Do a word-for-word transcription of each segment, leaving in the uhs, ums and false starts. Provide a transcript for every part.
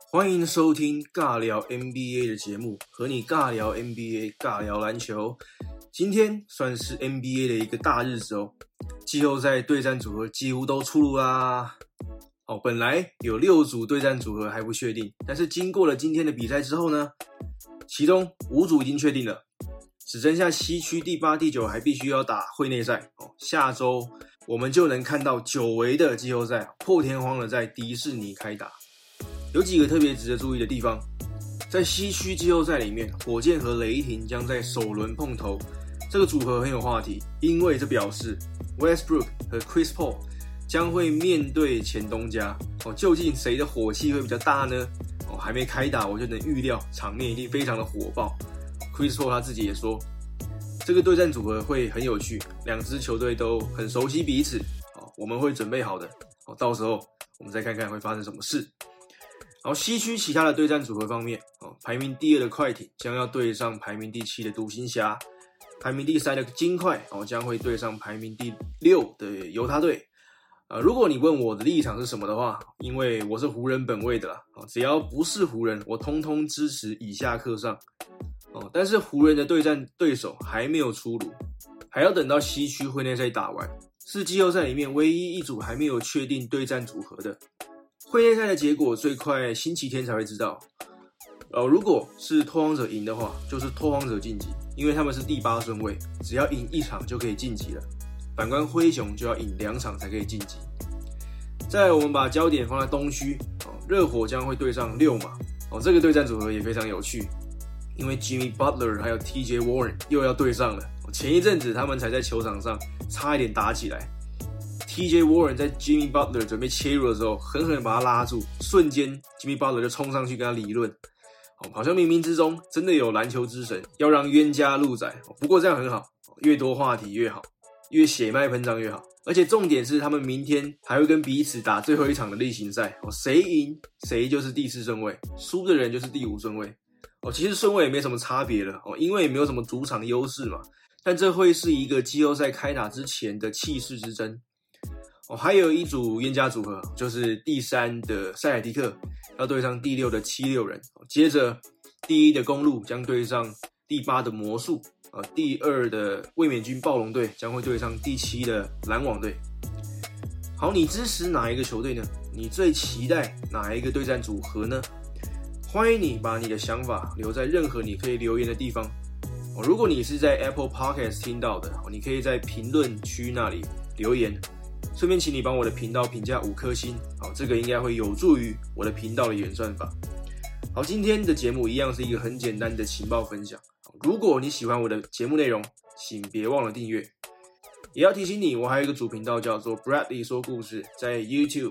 欢迎收听尬聊 N B A 的节目，和你尬聊 N B A， 尬聊篮球。今天算是 N B A 的一个大日子哦，季后赛对战组合几乎都出炉啦。哦，本来有六组对战组合还不确定，但是经过了今天的比赛之后呢，其中五组已经确定了，只剩下西区第八、第九还必须要打会内赛哦。下周我们就能看到久违的季后赛破天荒的在迪士尼开打。有几个特别值得注意的地方，在西区季后赛里面，火箭和雷霆将在首轮碰头，这个组合很有话题，因为这表示 Westbrook 和 Chris Paul 将会面对前东家哦，究竟谁的火气会比较大呢？哦，还没开打我就能预料场面一定非常的火爆。Chris Paul 他自己也说，这个对战组合会很有趣，两支球队都很熟悉彼此哦，我们会准备好的哦，到时候我们再看看会发生什么事。然后西区其他的对战组合方面，哦，排名第二的快艇将要对上排名第七的独行侠，排名第三的金块哦将会对上排名第六的犹他队。呃，如果你问我的立场是什么的话，因为我是湖人本位的啦，哦，只要不是湖人，我通通支持以下克上。哦，但是湖人的对战对手还没有出炉，还要等到西区会内赛打完，是季后赛里面唯一一组还没有确定对战组合的。会内赛的结果最快星期天才会知道。呃，如果是拓荒者赢的话，就是拓荒者晋级，因为他们是第八顺位，只要赢一场就可以晋级了。反观灰熊就要赢两场才可以晋级。再来，我们把焦点放在东区，哦，热火将会对上六马，哦，这个对战组合也非常有趣，因为 Jimmy Butler 还有 T J Warren 又要对上了。前一阵子他们才在球场上差一点打起来。T J Warren 在 Jimmy Butler 准备切入的时候，狠狠把他拉住，瞬间 Jimmy Butler 就冲上去跟他理论，好像冥冥之中真的有篮球之神要让冤家路窄。不过这样很好，越多话题越好，越血脉喷张越好。而且重点是他们明天还会跟彼此打最后一场的例行赛，谁赢谁就是第四顺位，输的人就是第五顺位。其实顺位也没什么差别了，因为也没有什么主场优势嘛。但这会是一个季后赛开打之前的气势之争。哦，还有一组冤家组合，就是第三的塞尔提克要对上第六的七六人，接着第一的公鹿将对上第八的魔术，呃，第二的卫冕军暴龙队将会对上第七的篮网队。好，你支持哪一个球队呢？你最期待哪一个对战组合呢？欢迎你把你的想法留在任何你可以留言的地方。哦，如果你是在 Apple Podcast 听到的，哦，你可以在评论区那里留言。顺便请你帮我的频道评价五颗星，好，这个应该会有助于我的频道的演算法。好，今天的节目一样是一个很简单的情报分享。如果你喜欢我的节目内容，请别忘了订阅。也要提醒你，我还有一个主频道叫做 Bradley 说故事，在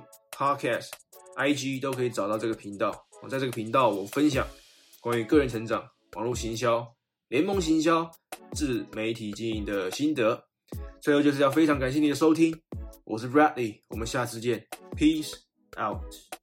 YouTube、Podcast、I G 都可以找到这个频道。在这个频道，我分享关于个人成长、网络行销、联盟行销、自媒体经营的心得。最后就是要非常感谢你的收听。我是 Bradley， 我们下次见 ，Peace out。